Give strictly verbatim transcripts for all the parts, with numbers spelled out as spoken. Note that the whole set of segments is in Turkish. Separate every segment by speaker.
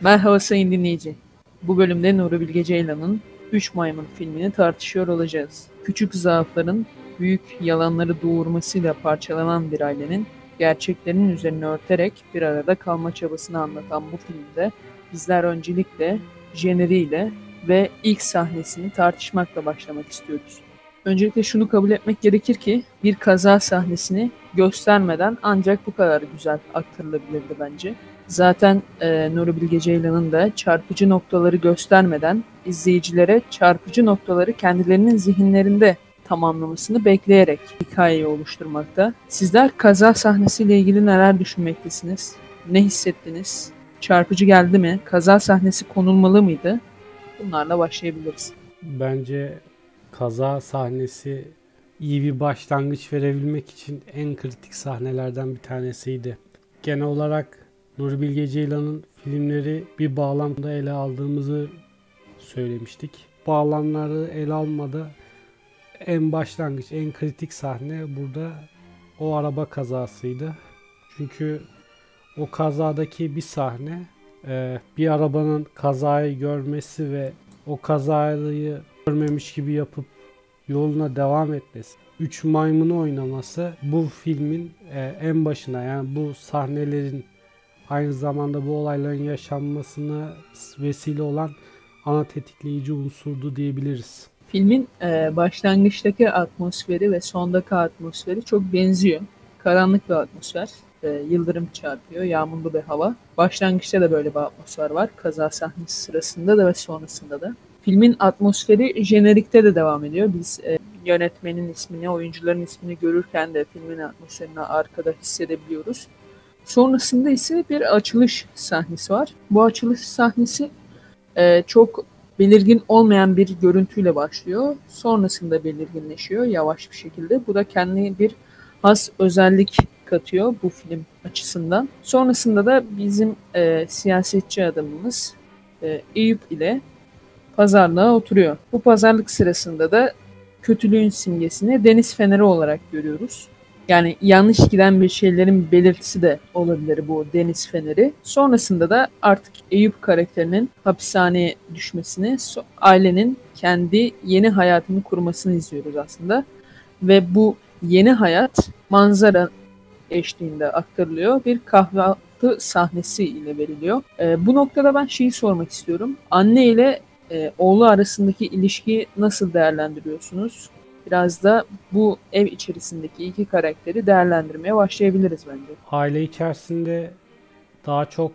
Speaker 1: Merhaba sayın dinleyici. Bu bölümde Nuri Bilge Ceylan'ın Üç Maymun filmini tartışıyor olacağız. Küçük zaafların büyük yalanları doğurmasıyla parçalanan bir ailenin gerçeklerinin üzerine örterek bir arada kalma çabasını anlatan bu filmde bizler öncelikle jeneriğiyle ve ilk sahnesini tartışmakla başlamak istiyoruz. Öncelikle şunu kabul etmek gerekir ki bir kaza sahnesini göstermeden ancak bu kadar güzel aktarılabilirdi bence. Zaten e, Nuri Bilge Ceylan'ın da çarpıcı noktaları göstermeden izleyicilere çarpıcı noktaları kendilerinin zihinlerinde tamamlamasını bekleyerek hikayeyi oluşturmakta. Sizler kaza sahnesiyle ilgili neler düşünmektesiniz? Ne hissettiniz? Çarpıcı geldi mi? Kaza sahnesi konulmalı mıydı? Bunlarla başlayabiliriz.
Speaker 2: Bence kaza sahnesi iyi bir başlangıç verebilmek için en kritik sahnelerden bir tanesiydi. Genel olarak Nuri Bilge Ceylan'ın filmleri bir bağlamda ele aldığımızı söylemiştik. Bağlamları ele almada en başlangıç, en kritik sahne burada o araba kazasıydı. Çünkü o kazadaki bir sahne bir arabanın kazayı görmesi ve o kazayı görmemiş gibi yapıp yoluna devam etmesi, üç maymunu oynaması bu filmin en başına, yani bu sahnelerin aynı zamanda bu olayların yaşanmasına vesile olan ana tetikleyici unsurdu diyebiliriz.
Speaker 1: Filmin e, başlangıçtaki atmosferi ve sondaki atmosferi çok benziyor. Karanlık bir atmosfer. E, yıldırım çarpıyor, yağmurlu bir hava. Başlangıçta da böyle bir atmosfer var. Kaza sahnesi sırasında da ve sonrasında da. Filmin atmosferi jenerikte de devam ediyor. Biz e, yönetmenin ismini, oyuncuların ismini görürken de filmin atmosferini arkada hissedebiliyoruz. Sonrasında ise bir açılış sahnesi var. Bu açılış sahnesi e, çok belirgin olmayan bir görüntüyle başlıyor. Sonrasında belirginleşiyor yavaş bir şekilde. Bu da kendine bir has özellik katıyor bu film açısından. Sonrasında da bizim e, siyasetçi adamımız e, Eyüp ile pazarlığa oturuyor. Bu pazarlık sırasında da kötülüğün simgesini deniz feneri olarak görüyoruz. Yani yanlış giden bir şeylerin belirtisi de olabilir bu deniz feneri. Sonrasında da artık Eyüp karakterinin hapishaneye düşmesini, ailenin kendi yeni hayatını kurmasını izliyoruz aslında. Ve bu yeni hayat manzara eşliğinde aktarılıyor. Bir kahvaltı sahnesi ile veriliyor. E, bu noktada ben şeyi sormak istiyorum. Anne ile e, oğlu arasındaki ilişkiyi nasıl değerlendiriyorsunuz? Biraz da bu ev içerisindeki iki karakteri değerlendirmeye başlayabiliriz bence.
Speaker 2: Aile içerisinde daha çok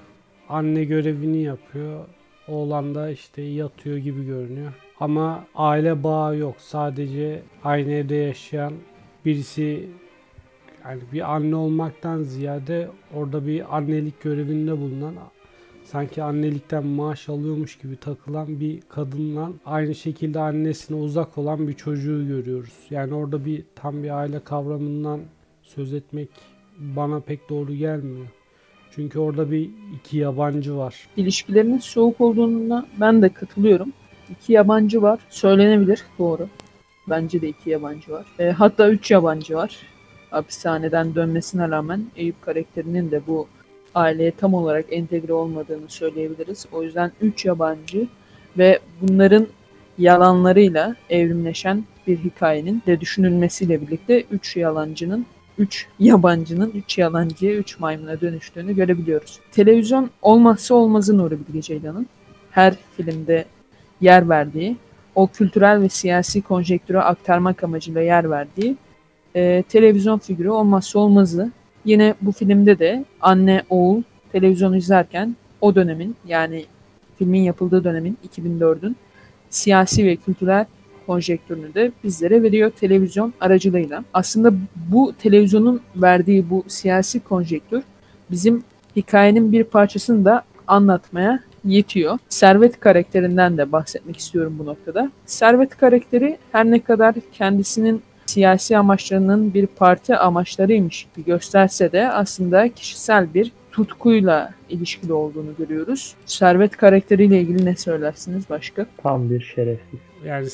Speaker 2: anne görevini yapıyor. Oğlan da işte yatıyor gibi görünüyor. Ama aile bağı yok. Sadece aynı evde yaşayan birisi, yani bir anne olmaktan ziyade orada bir annelik görevinde bulunan, sanki annelikten maaş alıyormuş gibi takılan bir kadınla aynı şekilde annesine uzak olan bir çocuğu görüyoruz. Yani orada bir tam bir aile kavramından söz etmek bana pek doğru gelmiyor. Çünkü orada bir iki yabancı var.
Speaker 1: İlişkilerinin soğuk olduğuna ben de katılıyorum. İki yabancı var. Söylenebilir. Doğru. Bence de iki yabancı var. E, hatta üç yabancı var. Hapishaneden dönmesine rağmen Eyüp karakterinin de bu aileye tam olarak entegre olmadığını söyleyebiliriz. O yüzden üç yabancı ve bunların yalanlarıyla evrimleşen bir hikayenin de düşünülmesiyle birlikte üç yalancının üç yabancının üç yalancıya üç maymuna dönüştüğünü görebiliyoruz. Televizyon olmazsa olmazı Nuri Bilge Ceylan'ın her filmde yer verdiği, o kültürel ve siyasi konjektüre aktarmak amacıyla yer verdiği e, televizyon figürü olmazsa olmazı. Yine bu filmde de anne oğul televizyon izlerken o dönemin, yani filmin yapıldığı dönemin iki bin dördün siyasi ve kültürel konjektürünü de bizlere veriyor televizyon aracılığıyla. Aslında bu televizyonun verdiği bu siyasi konjektür bizim hikayenin bir parçasını da anlatmaya yetiyor. Servet karakterinden de bahsetmek istiyorum bu noktada. Servet karakteri her ne kadar kendisinin siyasi amaçlarının bir parti amaçlarıymış gibi gösterse de aslında kişisel bir tutkuyla ilişkili olduğunu görüyoruz. Servet karakteriyle ilgili ne söylersiniz başka?
Speaker 3: Tam bir şerefsiz.
Speaker 2: Yani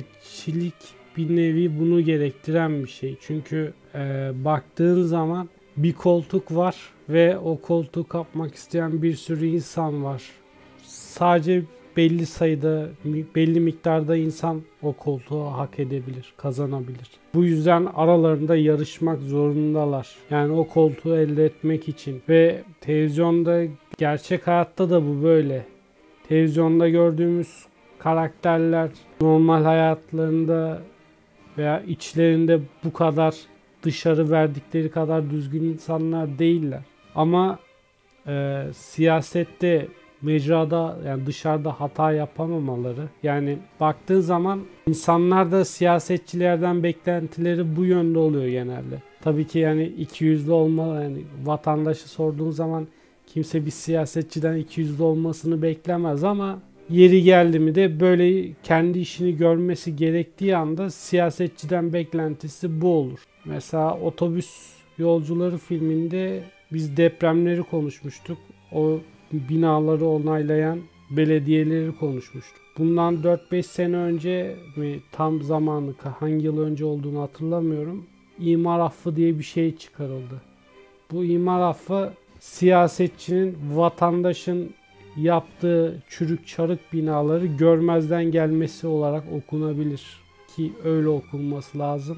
Speaker 2: siyasetçilik bir nevi bunu gerektiren bir şey. Çünkü e, baktığın zaman bir koltuk var ve o koltuğu kapmak isteyen bir sürü insan var. Sadece belli sayıda, belli miktarda insan o koltuğu hak edebilir, kazanabilir. Bu yüzden aralarında yarışmak zorundalar. Yani o koltuğu elde etmek için. Ve televizyonda, gerçek hayatta da bu böyle. Televizyonda gördüğümüz karakterler normal hayatlarında veya içlerinde bu kadar dışarı verdikleri kadar düzgün insanlar değiller. Ama e, siyasette, mecrada, yani dışarıda hata yapamamaları. Yani baktığın zaman insanlar da siyasetçilerden beklentileri bu yönde oluyor genelde. Tabii ki yani ikiyüzlü olma, yani vatandaşı sorduğun zaman kimse bir siyasetçiden ikiyüzlü olmasını beklemez ama yeri geldi mi de böyle kendi işini görmesi gerektiği anda siyasetçiden beklentisi bu olur. Mesela Otobüs Yolcuları filminde biz depremleri konuşmuştuk. O binaları onaylayan belediyeleri konuşmuştuk. Bundan dört beş sene önce mi, tam zamanı hangi yıl önce olduğunu hatırlamıyorum, imar affı diye bir şey çıkarıldı. Bu imar affı siyasetçinin, vatandaşın yaptığı çürük çarık binaları görmezden gelmesi olarak okunabilir ki öyle okunması lazım.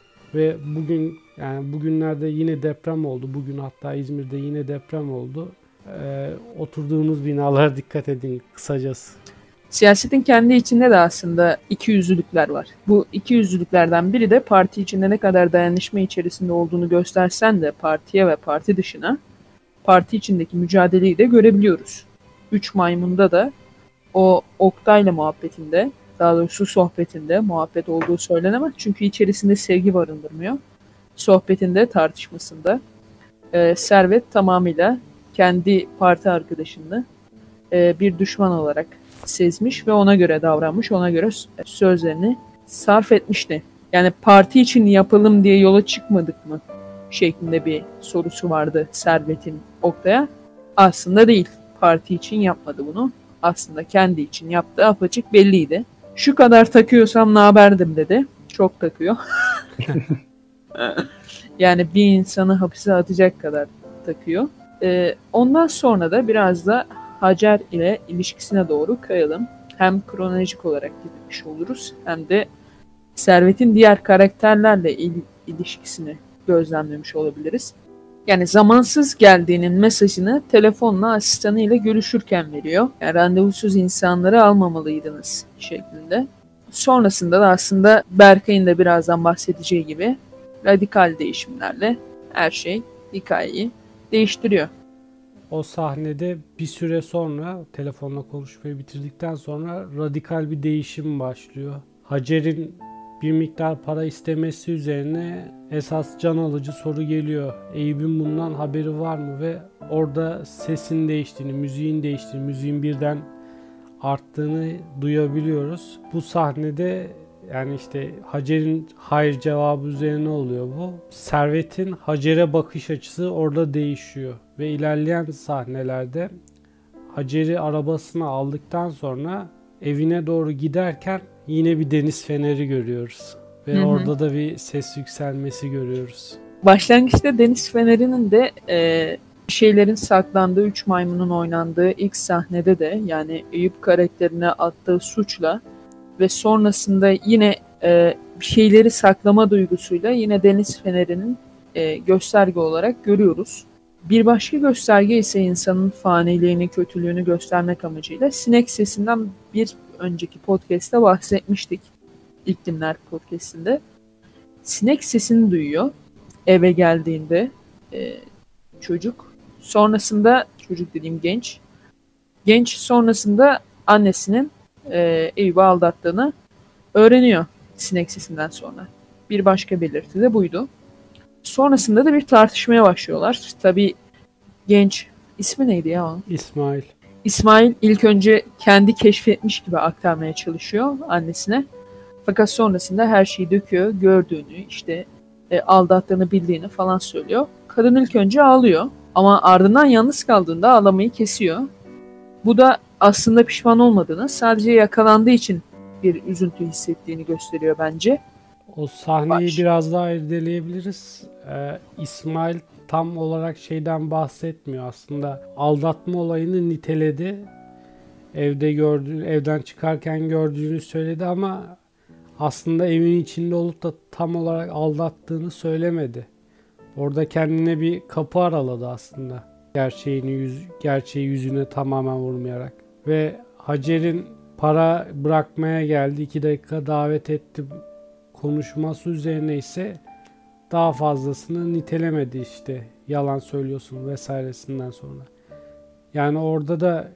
Speaker 2: Ve bugün, yani bugünlerde yine deprem oldu. Bugün hatta İzmir'de yine deprem oldu. Ee, oturduğunuz binalara dikkat edin kısacası.
Speaker 1: Siyasetin kendi içinde de aslında ikiyüzlülükler var. Bu ikiyüzlülüklerden biri de parti içinde ne kadar dayanışma içerisinde olduğunu göstersen de partiye ve parti dışına, parti içindeki mücadeleyi de görebiliyoruz. Üç Maymun'da da o Oktay'la muhabbetinde, daha doğrusu sohbetinde, muhabbet olduğu söylenemez. Çünkü içerisinde sevgi barındırmıyor. Sohbetinde, tartışmasında e, Servet tamamıyla kendi parti arkadaşını e, bir düşman olarak sezmiş ve ona göre davranmış, ona göre sözlerini sarf etmişti. Yani parti için yapalım diye yola çıkmadık mı şeklinde bir sorusu vardı Servet'in Oktay'a. Aslında değil, parti için yapmadı bunu. Aslında kendi için yaptığı apaçık belliydi. Şu kadar takıyorsam naberdim dedi. Çok takıyor. Yani bir insanı hapise atacak kadar takıyor. Ee, ondan sonra da biraz da Hacer ile ilişkisine doğru kayalım. Hem kronolojik olarak gitmiş oluruz hem de Servet'in diğer karakterlerle il- ilişkisini gözlemlemiş olabiliriz. Yani zamansız geldiğinin mesajını telefonla asistanıyla görüşürken veriyor. Yani randevusuz insanları almamalıydınız şeklinde. Sonrasında da aslında Berkay'ın da birazdan bahsedeceği gibi radikal değişimlerle her şey hikayeyi değiştiriyor.
Speaker 2: O sahnede bir süre sonra, telefonla konuşmayı bitirdikten sonra radikal bir değişim başlıyor. Hacer'in bir miktar para istemesi üzerine esas can alıcı soru geliyor. Eyüp'ün bundan haberi var mı? Ve orada sesin değiştiğini, müziğin değiştiğini, müziğin birden arttığını duyabiliyoruz. Bu sahnede yani işte Hacer'in hayır cevabı üzerine oluyor bu. Servet'in Hacer'e bakış açısı orada değişiyor. Ve ilerleyen sahnelerde Hacer'i arabasına aldıktan sonra evine doğru giderken yine bir deniz feneri görüyoruz. Ve hı hı. orada da bir ses yükselmesi görüyoruz.
Speaker 1: Başlangıçta deniz fenerinin de e, şeylerin saklandığı, Üç Maymun'un oynandığı ilk sahnede de, yani Eyüp karakterine attığı suçla ve sonrasında yine e, bir şeyleri saklama duygusuyla yine deniz fenerinin e, gösterge olarak görüyoruz. Bir başka gösterge ise insanın faniliğini, kötülüğünü göstermek amacıyla sinek sesinden bir önceki podcast'ta bahsetmiştik. İklimler podcast'inde. Sinek sesini duyuyor eve geldiğinde e, çocuk. Sonrasında, çocuk dediğim genç. Genç sonrasında annesinin e, Eyüp'ü aldattığını öğreniyor sinek sesinden sonra. Bir başka belirti de buydu. Sonrasında da bir tartışmaya başlıyorlar. Tabii genç, ismi neydi ya onun?
Speaker 2: İsmail.
Speaker 1: İsmail ilk önce kendi keşfetmiş gibi aktarmaya çalışıyor annesine. Fakat sonrasında her şeyi döküyor, gördüğünü, işte e, aldattığını bildiğini falan söylüyor. Kadın ilk önce ağlıyor ama ardından yalnız kaldığında ağlamayı kesiyor. Bu da aslında pişman olmadığını, sadece yakalandığı için bir üzüntü hissettiğini gösteriyor bence.
Speaker 2: O sahneyi Baş. biraz daha irdeleyebiliriz. e, İsmail tam olarak şeyden bahsetmiyor aslında. Aldatma olayını niteledi. Evde gördüğü, evden çıkarken gördüğünü söyledi ama aslında evin içinde olup da tam olarak aldattığını söylemedi. Orada kendine bir kapı araladı aslında. Gerçeğini yüz, gerçeği yüzüne tamamen vurmayarak. Ve Hacer'in para bırakmaya geldi, iki dakika davet etti konuşması üzerine ise daha fazlasını nitelemedi işte. Yalan söylüyorsun vesairesinden sonra. Yani orada da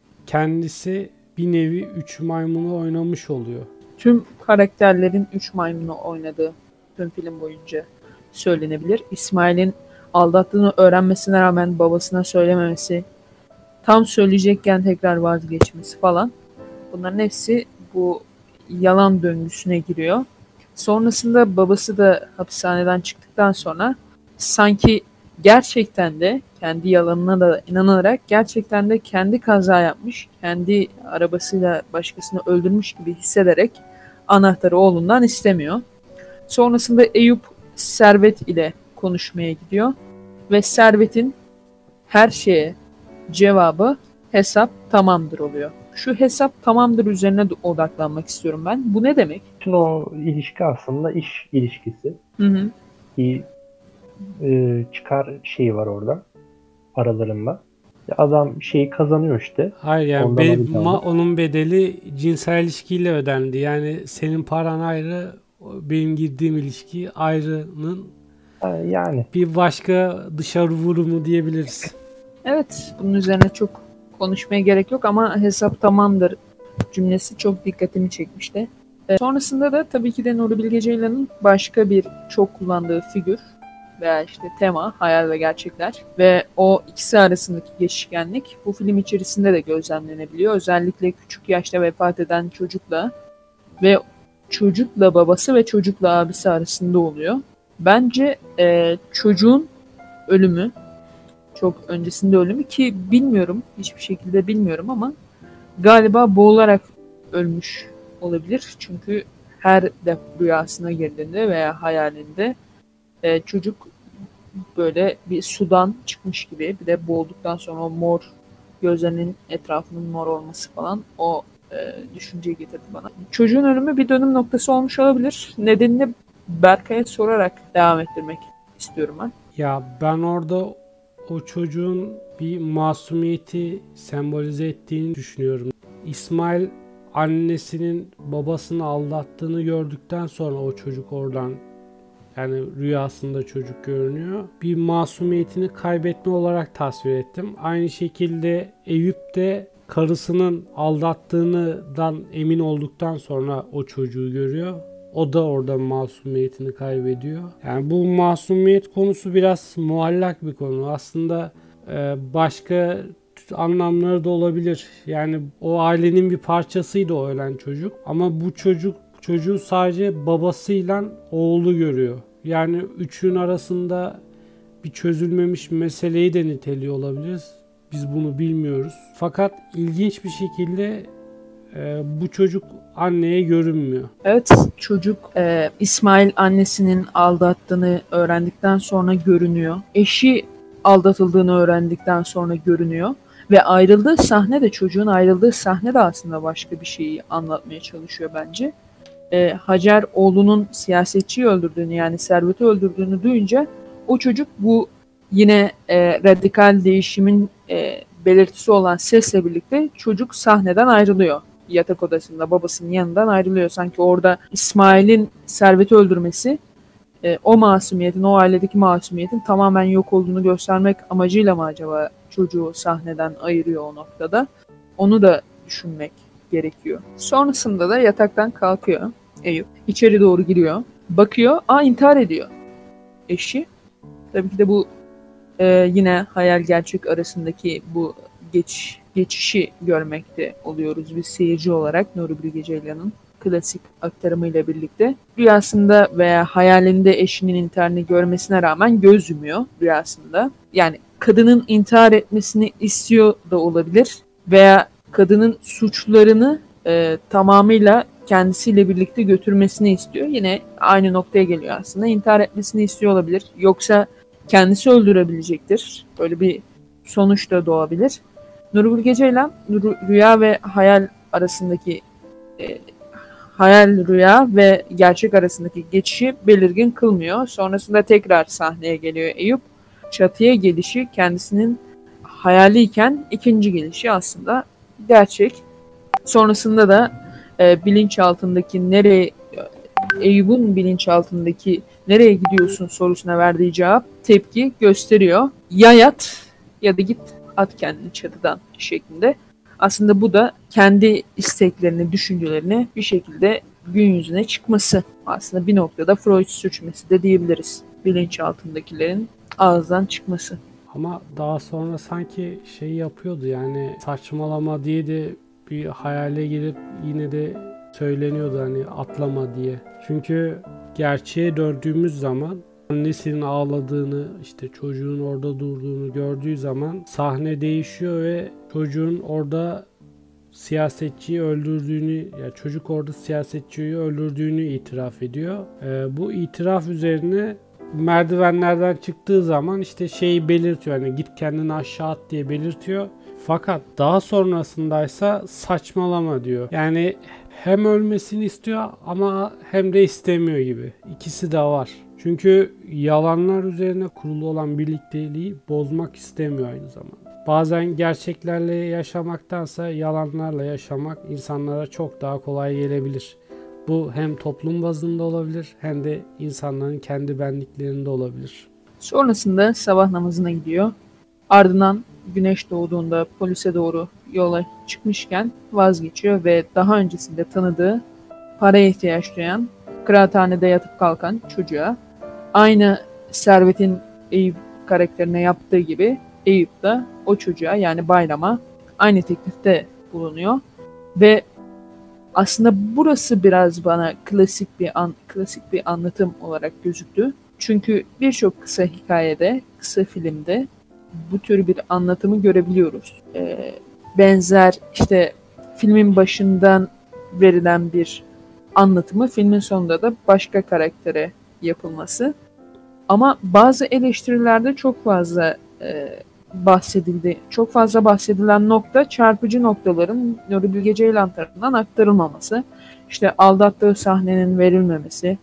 Speaker 2: kendisi bir nevi üç maymunu oynamış oluyor.
Speaker 1: Tüm karakterlerin üç maymunu oynadığı tüm film boyunca söylenebilir. İsmail'in aldattığını öğrenmesine rağmen babasına söylememesi, tam söyleyecekken tekrar vazgeçmesi falan. Bunların hepsi bu yalan döngüsüne giriyor. Sonrasında babası da hapishaneden çıktıktan sonra sanki gerçekten de kendi yalanına da inanarak gerçekten de kendi kaza yapmış, kendi arabasıyla başkasını öldürmüş gibi hissederek anahtarı oğlundan istemiyor. Sonrasında Eyüp Servet ile konuşmaya gidiyor ve Servet'in her şeye cevabı hesap tamamdır oluyor. Şu hesap tamamdır üzerine odaklanmak istiyorum ben. Bu ne demek?
Speaker 3: Bütün o ilişki aslında iş ilişkisi.
Speaker 1: Hı hı.
Speaker 3: Bir e, çıkar şeyi var orada aralarında. Adam şeyi kazanıyor işte.
Speaker 2: Hayır yani
Speaker 3: Ondan
Speaker 2: be-
Speaker 3: alacağını.
Speaker 2: ma- onun bedeli cinsel ilişkiyle ödendi. Yani senin paran ayrı, benim girdiğim ilişki ayrının
Speaker 3: Ha, yani
Speaker 2: bir başka dışarı vurumu diyebiliriz.
Speaker 1: Evet, bunun üzerine çok konuşmaya gerek yok ama hesap tamamdır cümlesi çok dikkatimi çekmişti. E, sonrasında da tabii ki de Nuri Bilge Ceylan'ın başka bir çok kullandığı figür veya işte tema, hayal ve gerçekler ve o ikisi arasındaki geçişkenlik bu film içerisinde de gözlemlenebiliyor. Özellikle küçük yaşta vefat eden çocukla ve çocukla babası ve çocukla abisi arasında oluyor. Bence e, çocuğun ölümü, çok öncesinde ölümü ki bilmiyorum, hiçbir şekilde bilmiyorum ama galiba boğularak ölmüş olabilir. Çünkü her de rüyasına girdiğinde veya hayalinde e, çocuk böyle bir sudan çıkmış gibi, bir de boğulduktan sonra o mor gözlerinin etrafının mor olması falan o e, düşünceyi getirdi bana. Çocuğun ölümü bir dönüm noktası olmuş olabilir. Nedenini Berkay'a sorarak devam ettirmek istiyorum ben.
Speaker 2: Ya ben orada o çocuğun bir masumiyeti sembolize ettiğini düşünüyorum. İsmail annesinin babasını aldattığını gördükten sonra o çocuk oradan, yani rüyasında çocuk görünüyor, bir masumiyetini kaybetme olarak tasvir ettim. Aynı şekilde Eyüp de karısının aldattığından emin olduktan sonra o çocuğu görüyor. O da orada masumiyetini kaybediyor. Yani bu masumiyet konusu biraz muallak bir konu. Aslında başka anlamları da olabilir. Yani o ailenin bir parçasıydı o ölen çocuk. Ama bu çocuk çocuğu sadece babasıyla oğlu görüyor. Yani üçünün arasında bir çözülmemiş meseleyi de niteliyor olabiliriz. Biz bunu bilmiyoruz. Fakat ilginç bir şekilde e, bu çocuk anneye görünmüyor.
Speaker 1: Evet, çocuk e, İsmail annesinin aldattığını öğrendikten sonra görünüyor. Eşi aldatıldığını öğrendikten sonra görünüyor. Ve ayrıldığı sahne de, çocuğun ayrıldığı sahne de aslında başka bir şeyi anlatmaya çalışıyor bence. E, Hacer oğlunun siyasetçiyi öldürdüğünü, yani Servet'i öldürdüğünü duyunca o çocuk bu yine e, radikal değişimin e, belirtisi olan sesle birlikte çocuk sahneden ayrılıyor. Yatak odasında babasının yanından ayrılıyor. Sanki orada İsmail'in Servet'i öldürmesi e, o masumiyetin, o ailedeki masumiyetin tamamen yok olduğunu göstermek amacıyla mı acaba çocuğu sahneden ayırıyor o noktada? Onu da düşünmek gerekiyor. Sonrasında da yataktan kalkıyor Eyüp. İçeri doğru giriyor. Bakıyor, aa intihar ediyor eşi. Tabii ki de bu e, yine hayal gerçek arasındaki bu geç, geçişi görmekte oluyoruz biz seyirci olarak Nuri Bilge Ceylan'ın klasik aktarımıyla birlikte. Rüyasında veya hayalinde eşinin intiharını görmesine rağmen göz yumuyor rüyasında. Yani kadının intihar etmesini istiyor da olabilir veya kadının suçlarını e, tamamıyla kendisiyle birlikte götürmesini istiyor. Yine aynı noktaya geliyor aslında. İntihar etmesini istiyor olabilir. Yoksa kendisi öldürebilecektir. Böyle bir sonuç da doğabilir. Nuri Bilge Ceylan rüya ve hayal arasındaki e, hayal, rüya ve gerçek arasındaki geçişi belirgin kılmıyor. Sonrasında tekrar sahneye geliyor Eyüp. Çatıya gelişi kendisinin hayaliyken ikinci gelişi aslında gerçek. Sonrasında da e, bilinçaltındaki nereye Eyüp'ün bilinçaltındaki nereye gidiyorsun sorusuna verdiği cevap tepki gösteriyor. Ya yat ya da git at kendini çatıdan şeklinde. Aslında bu da kendi isteklerini, düşüncelerini bir şekilde gün yüzüne çıkması. Aslında bir noktada Freud sürçmesi de diyebiliriz. Bilinçaltındakilerin ağızdan çıkması.
Speaker 2: Ama daha sonra sanki şey yapıyordu, yani saçmalama diye de bir hayale girip yine de söyleniyordu hani atlama diye. Çünkü gerçeğe döndüğümüz zaman annesinin ağladığını, işte çocuğun orada durduğunu gördüğü zaman sahne değişiyor ve çocuğun orada siyasetçiyi öldürdüğünü, ya çocuk orada siyasetçiyi öldürdüğünü itiraf ediyor. Ee, bu itiraf üzerine merdivenlerden çıktığı zaman işte şeyi belirtiyor, hani git kendini aşağı at diye belirtiyor. Fakat daha sonrasındaysa saçmalama diyor. Yani hem ölmesini istiyor ama hem de istemiyor gibi. İkisi de var. Çünkü yalanlar üzerine kurulu olan birlikteliği bozmak istemiyor aynı zamanda. Bazen gerçeklerle yaşamaktansa yalanlarla yaşamak insanlara çok daha kolay gelebilir. Bu hem toplum bazında olabilir hem de insanların kendi benliklerinde olabilir.
Speaker 1: Sonrasında sabah namazına gidiyor. Ardından güneş doğduğunda polise doğru yola çıkmışken vazgeçiyor ve daha öncesinde tanıdığı, paraya ihtiyaç duyan, kıraathanede yatıp kalkan çocuğa aynı Servet'in Eyüp karakterine yaptığı gibi Eyüp de o çocuğa, yani Bayram'a aynı teklifte bulunuyor ve aslında burası biraz bana klasik bir an, klasik bir anlatım olarak gözüktü. Çünkü birçok kısa hikayede, kısa filmde bu tür bir anlatımı görebiliyoruz. Ee, benzer işte filmin başından verilen bir anlatımı filmin sonunda da başka karaktere yapılması. Ama bazı eleştirilerde çok fazla e, bahsedildi. Çok fazla bahsedilen nokta çarpıcı noktaların Nuri Bilge Ceylan tarafından aktarılmaması. İşte aldattığı sahnenin verilmemesi.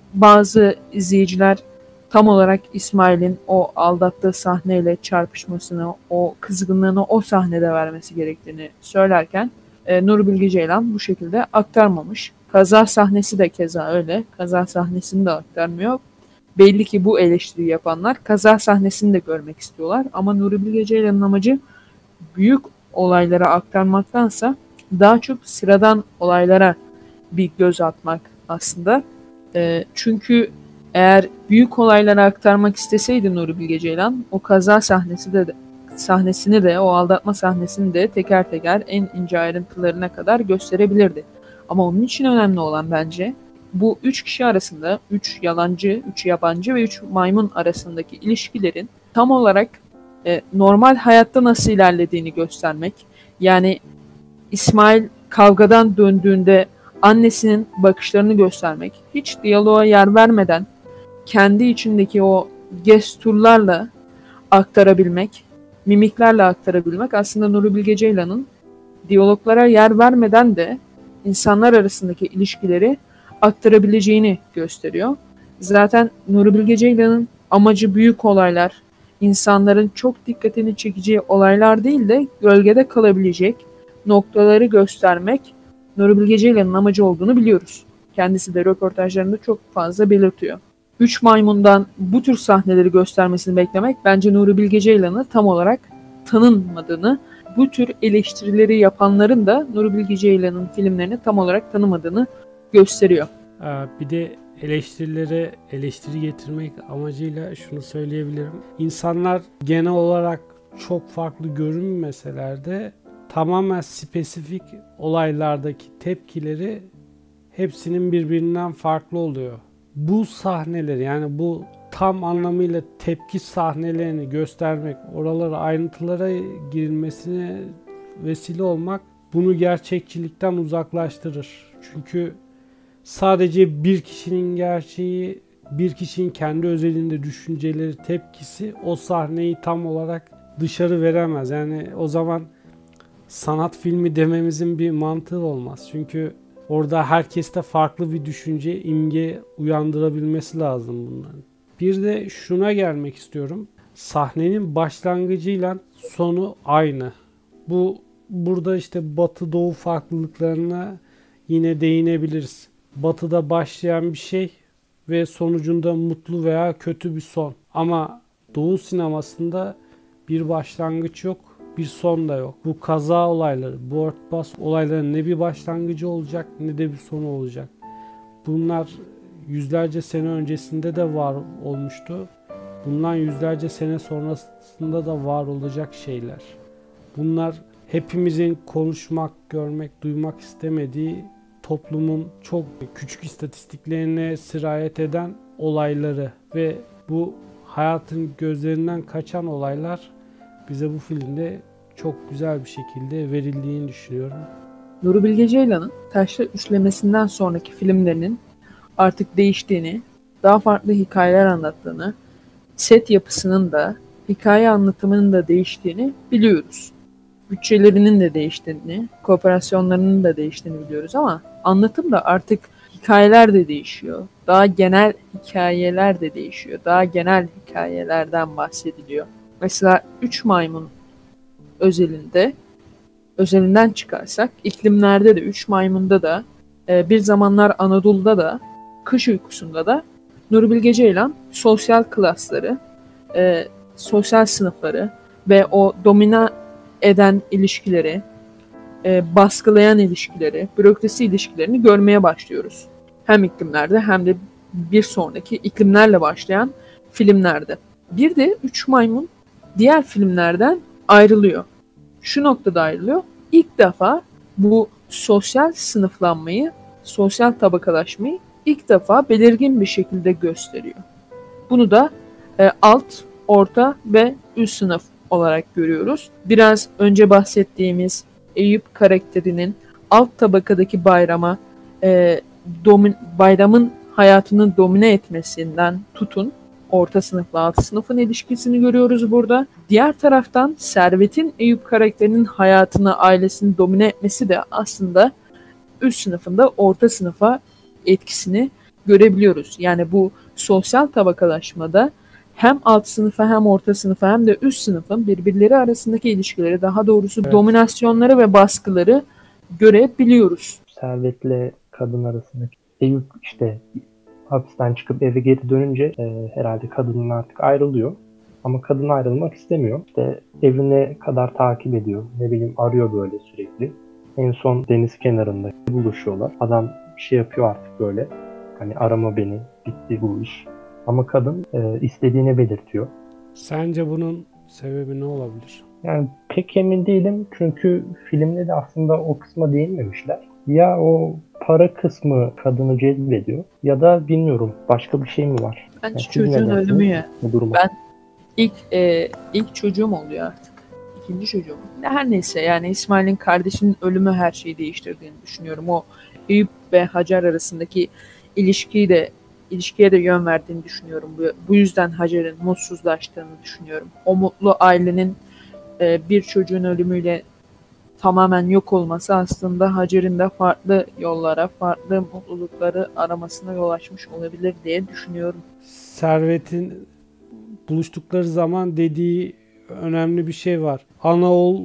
Speaker 1: Bazı izleyiciler tam olarak İsmail'in o aldattığı sahneyle çarpışmasını, o kızgınlığını o sahnede vermesi gerektiğini söylerken e, Nuri Bilge Ceylan bu şekilde aktarmamış. Kaza sahnesi de keza öyle. Kaza sahnesini de aktarmıyor. Belli ki bu eleştiri yapanlar kaza sahnesini de görmek istiyorlar. Ama Nuri Bilge Ceylan'ın amacı büyük olaylara aktarmaktansa daha çok sıradan olaylara bir göz atmak aslında. E, çünkü eğer büyük olaylara aktarmak isteseydi Nuri Bilge Ceylan, o kaza sahnesi de sahnesini de, o aldatma sahnesini de teker teker en ince ayrıntılarına kadar gösterebilirdi. Ama onun için önemli olan bence bu üç kişi arasında, üç yalancı, üç yabancı ve üç maymun arasındaki ilişkilerin tam olarak e, normal hayatta nasıl ilerlediğini göstermek. Yani İsmail kavgadan döndüğünde annesinin bakışlarını göstermek, hiç diyaloğa yer vermeden kendi içindeki o gesturlarla aktarabilmek, mimiklerle aktarabilmek aslında Nuri Bilge Ceylan'ın diyaloglara yer vermeden de insanlar arasındaki ilişkileri aktarabileceğini gösteriyor. Zaten Nuri Bilge Ceylan'ın amacı büyük olaylar, insanların çok dikkatini çekeceği olaylar değil de gölgede kalabilecek noktaları göstermek Nuri Bilge Ceylan'ın amacı olduğunu biliyoruz. Kendisi de röportajlarında çok fazla belirtiyor. Üç maymundan bu tür sahneleri göstermesini beklemek bence Nuri Bilge Ceylan'ı tam olarak tanınmadığını, bu tür eleştirileri yapanların da Nuri Bilge Ceylan'ın filmlerini tam olarak tanımadığını gösteriyor.
Speaker 2: Bir de eleştirilere eleştiri getirmek amacıyla şunu söyleyebilirim. İnsanlar genel olarak çok farklı görünmeseler de tamamen spesifik olaylardaki tepkileri hepsinin birbirinden farklı oluyor. Bu sahneleri, yani bu tam anlamıyla tepki sahnelerini göstermek, oralara, ayrıntılara girilmesine vesile olmak bunu gerçekçilikten uzaklaştırır. Çünkü sadece bir kişinin gerçeği, bir kişinin kendi özelinde düşünceleri, tepkisi o sahneyi tam olarak dışarı veremez. Yani o zaman sanat filmi dememizin bir mantığı olmaz. Çünkü orada herkeste farklı bir düşünce, imge uyandırabilmesi lazım bunların. Bir de şuna gelmek istiyorum. Sahnenin başlangıcıyla sonu aynı. Bu burada işte Batı Doğu farklılıklarına yine değinebiliriz. Batı'da başlayan bir şey ve sonucunda mutlu veya kötü bir son. Ama Doğu sinemasında bir başlangıç yok, bir son da yok. Bu kaza olayları, bu örtbas olayların ne bir başlangıcı olacak ne de bir sonu olacak. Bunlar yüzlerce sene öncesinde de var olmuştu. Bundan yüzlerce sene sonrasında da var olacak şeyler. Bunlar hepimizin konuşmak, görmek, duymak istemediği toplumun çok küçük istatistiklerine sirayet eden olayları ve bu hayatın gözlerinden kaçan olaylar bize bu filmde çok güzel bir şekilde verildiğini düşünüyorum.
Speaker 1: Nuri Bilge Ceylan'ın Taşra üçlemesinden sonraki filmlerinin artık değiştiğini, daha farklı hikayeler anlattığını, set yapısının da, hikaye anlatımının da değiştiğini biliyoruz. Bütçelerinin de değiştiğini, kooperasyonlarının da değiştiğini biliyoruz ama anlatım da artık hikayeler de değişiyor. Daha genel hikayeler de değişiyor. Daha genel hikayelerden bahsediliyor. Mesela Üç Maymun özelinde, özelinden çıkarsak iklimlerde de Üç Maymun'da da e, Bir Zamanlar Anadolu'da da Kış Uykusu'nda da Nuri Bilge Ceylan sosyal klasları, e, sosyal sınıfları ve o domine eden ilişkileri, e, baskılayan ilişkileri, bürokrasi ilişkilerini görmeye başlıyoruz. Hem iklimlerde hem de bir sonraki iklimlerle başlayan filmlerde. Bir de Üç Maymun diğer filmlerden ayrılıyor. Şu noktada ayrılıyor. İlk defa bu sosyal sınıflanmayı, sosyal tabakalaşmayı ilk defa belirgin bir şekilde gösteriyor. Bunu da e, alt, orta ve üst sınıf olarak görüyoruz. Biraz önce bahsettiğimiz Eyüp karakterinin alt tabakadaki Bayram'a e, domin, Bayram'ın hayatını domine etmesinden tutun, orta sınıfla alt sınıfın ilişkisini görüyoruz burada. Diğer taraftan Servet'in Eyüp karakterinin hayatını, ailesini domine etmesi de aslında üst sınıfında orta sınıfa etkisini görebiliyoruz. Yani bu sosyal tabakalaşmada hem alt sınıfa hem orta sınıfa hem de üst sınıfın birbirleri arasındaki ilişkileri, daha doğrusu evet, dominasyonları ve baskıları görebiliyoruz.
Speaker 3: Servet'le kadın arasındaki Eyüp işte hapisten çıkıp eve geri dönünce e, herhalde kadının artık ayrılıyor. Ama kadın ayrılmak istemiyor. İşte evine kadar takip ediyor. Ne bileyim arıyor böyle sürekli. En son deniz kenarında buluşuyorlar. Adam bir şey yapıyor artık böyle. Hani arama beni, bitti bu iş. Ama kadın e, istediğini belirtiyor.
Speaker 2: Sence bunun sebebi ne olabilir?
Speaker 3: Yani pek emin değilim çünkü filmde de aslında o kısma değinmemişler. Ya o para kısmı kadını cezbediyor ya da bilmiyorum başka bir şey mi var?
Speaker 1: Bence
Speaker 3: yani
Speaker 1: çocuğun ölümü ya.
Speaker 3: Bu
Speaker 1: ben ilk e, ilk çocuğum oluyor artık. İkinci çocuğum. Her neyse yani İsmail'in kardeşinin ölümü her şeyi değiştirdiğini düşünüyorum. O Eyüp ve Hacer arasındaki ilişkiyi de ilişkiye de yön verdiğini düşünüyorum. Bu, bu yüzden Hacer'in mutsuzlaştığını düşünüyorum. O mutlu ailenin e, bir çocuğun ölümüyle tamamen yok olması aslında Hacer'in de farklı yollara, farklı mutlulukları aramasına yol açmış olabilir diye düşünüyorum.
Speaker 2: Servet'in buluştukları zaman dediği önemli bir şey var. Ana oğul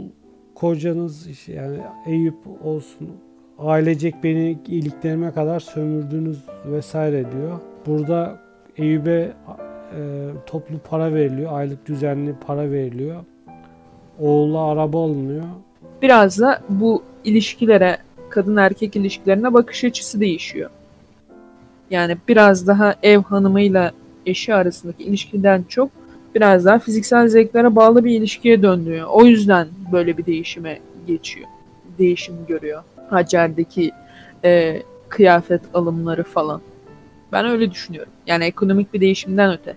Speaker 2: kocanız yani Eyüp olsun ailecek beni iyiliklerime kadar sömürdünüz vesaire diyor. Burada Eyüp'e e, toplu para veriliyor. Aylık düzenli para veriliyor. Oğula araba alınıyor.
Speaker 1: Biraz da bu ilişkilere, kadın erkek ilişkilerine bakış açısı değişiyor. Yani biraz daha ev hanımıyla eşi arasındaki ilişkiden çok biraz daha fiziksel zevklere bağlı bir ilişkiye döndüğü. O yüzden böyle bir değişime geçiyor. Değişim görüyor. Hacer'deki e, kıyafet alımları falan. Ben öyle düşünüyorum. Yani ekonomik bir değişimden öte.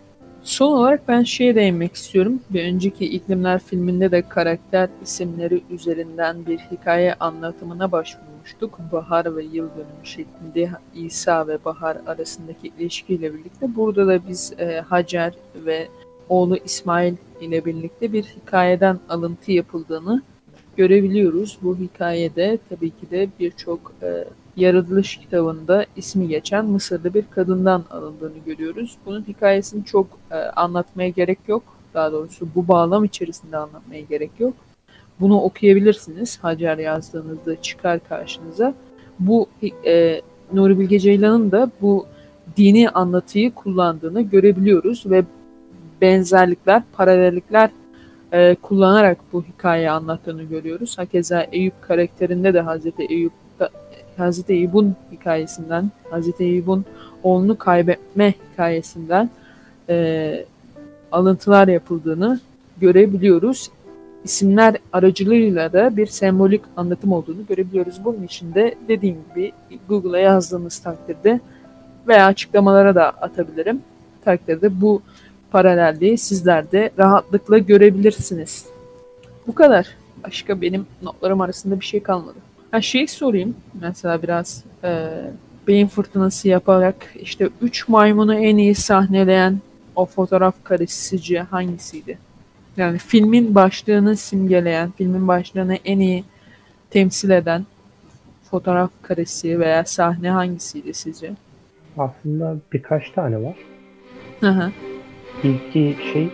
Speaker 1: Son olarak ben şeye değinmek istiyorum. Bir önceki İklimler filminde de karakter isimleri üzerinden bir hikaye anlatımına başvurmuştuk. Bahar ve yıl dönümü şeklinde İsa ve Bahar arasındaki ilişkiyle birlikte. Burada da biz e, Hacer ve oğlu İsmail ile birlikte bir hikayeden alıntı yapıldığını görebiliyoruz. Bu hikayede tabii ki de birçok e, yaratılış kitabında ismi geçen Mısırlı bir kadından alındığını görüyoruz. Bunun hikayesini çok e, anlatmaya gerek yok. Daha doğrusu bu bağlam içerisinde anlatmaya gerek yok. Bunu okuyabilirsiniz. Hacer yazdığınızda çıkar karşınıza. Bu e, Nuri Bilge Ceylan'ın da bu dini anlatıyı kullandığını görebiliyoruz ve benzerlikler, paralellikler e, kullanarak bu hikayeyi anlattığını görüyoruz. Hakeza Eyüp karakterinde de Hazreti Eyüp Hazreti Eyüp'ün hikayesinden, Hazreti Eyüp'ün oğlunu kaybetme hikayesinden e, alıntılar yapıldığını görebiliyoruz. İsimler aracılığıyla da bir sembolik anlatım olduğunu görebiliyoruz. Bunun için de dediğim gibi Google'a yazdığınız takdirde veya açıklamalara da atabilirim. Takdirde bu paralelliği sizler de rahatlıkla görebilirsiniz. Bu kadar. Başka benim notlarım arasında bir şey kalmadı. Ha şey sorayım mesela biraz e, beyin fırtınası yaparak işte üç maymunu en iyi sahneleyen o fotoğraf karesi sizce hangisiydi? Yani filmin başlığını simgeleyen, filmin başlığını en iyi temsil eden fotoğraf karesi veya sahne hangisiydi sizce?
Speaker 3: Aslında birkaç tane var.
Speaker 1: Hı hı.
Speaker 3: İlki şey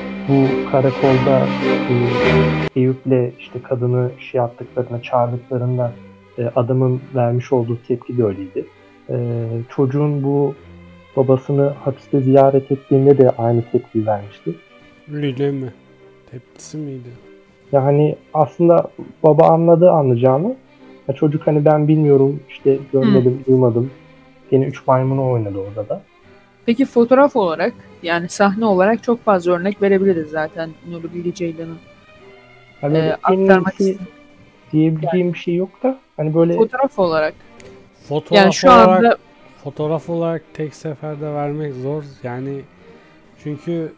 Speaker 3: bu karakolda bu Eyüp'le işte kadını şey yaptıklarına çağırdıklarında e, adamın vermiş olduğu tepki de öyleydi. E, çocuğun bu babasını hapiste ziyaret ettiğinde de aynı tepkiyi vermişti.
Speaker 2: Öyle mi? Tepkisi miydi?
Speaker 3: Yani aslında baba anladı anlayacağını. Ya çocuk hani ben bilmiyorum işte görmedim, hmm. duymadım. Yine üç maymunu oynadı orada da.
Speaker 1: Peki fotoğraf olarak yani sahne olarak çok fazla örnek verebiliriz zaten Nuri Bilge Ceylan'ın.
Speaker 3: Hani
Speaker 1: e, aktarmak istediğim
Speaker 3: diyebileceğim yani, bir şey yok da hani böyle
Speaker 1: fotoğraf olarak.
Speaker 2: Fotoğraf
Speaker 1: yani şu
Speaker 2: olarak,
Speaker 1: anda
Speaker 2: fotoğraf olarak tek seferde vermek zor. Yani çünkü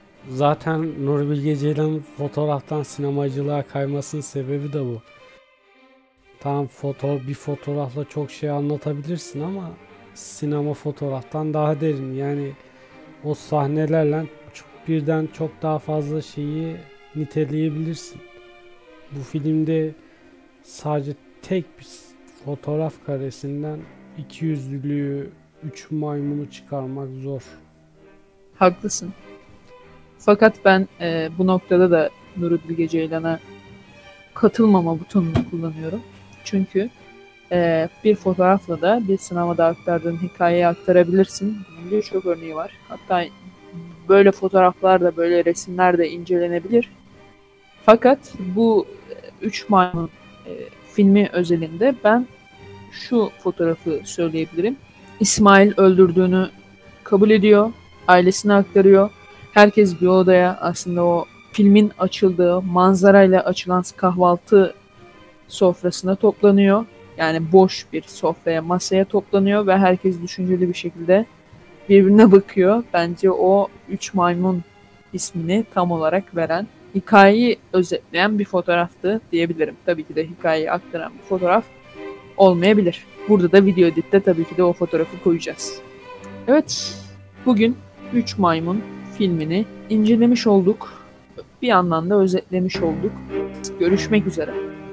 Speaker 2: zaten Nuri Bilge Ceylan'ın fotoğraftan sinemacılığa kaymasının sebebi de bu. Tamam foto bir fotoğrafla çok şey anlatabilirsin ama sinema fotoğraftan daha derin. Yani o sahnelerle birden çok daha fazla şeyi niteleyebilirsin. Bu filmde sadece tek bir fotoğraf karesinden iki yüzlülüğü, üç maymunu çıkarmak zor.
Speaker 1: Haklısın. Fakat ben e, bu noktada da Nuri Bilge Ceylan'a katılmama butonunu kullanıyorum. Çünkü e, bir fotoğrafla da bir sinemada aktardığın hikayeyi aktarabilirsin. Bunun birçok örneği var. Hatta böyle fotoğraflar da böyle resimler de incelenebilir. Fakat bu Üç Maymun e, filmi özelinde ben şu fotoğrafı söyleyebilirim. İsmail öldürdüğünü kabul ediyor. Ailesine aktarıyor. Herkes bir odaya aslında o filmin açıldığı manzarayla açılan kahvaltı sofrasına toplanıyor. Yani boş bir sofraya, masaya toplanıyor ve herkes düşünceli bir şekilde birbirine bakıyor. Bence o Üç Maymun ismini tam olarak veren, hikayeyi özetleyen bir fotoğraftı diyebilirim. Tabii ki de hikayeyi aktaran bir fotoğraf olmayabilir. Burada da video editte tabii ki de o fotoğrafı koyacağız. Evet, bugün Üç Maymun filmini incelemiş olduk. Bir yandan da özetlemiş olduk. Görüşmek üzere.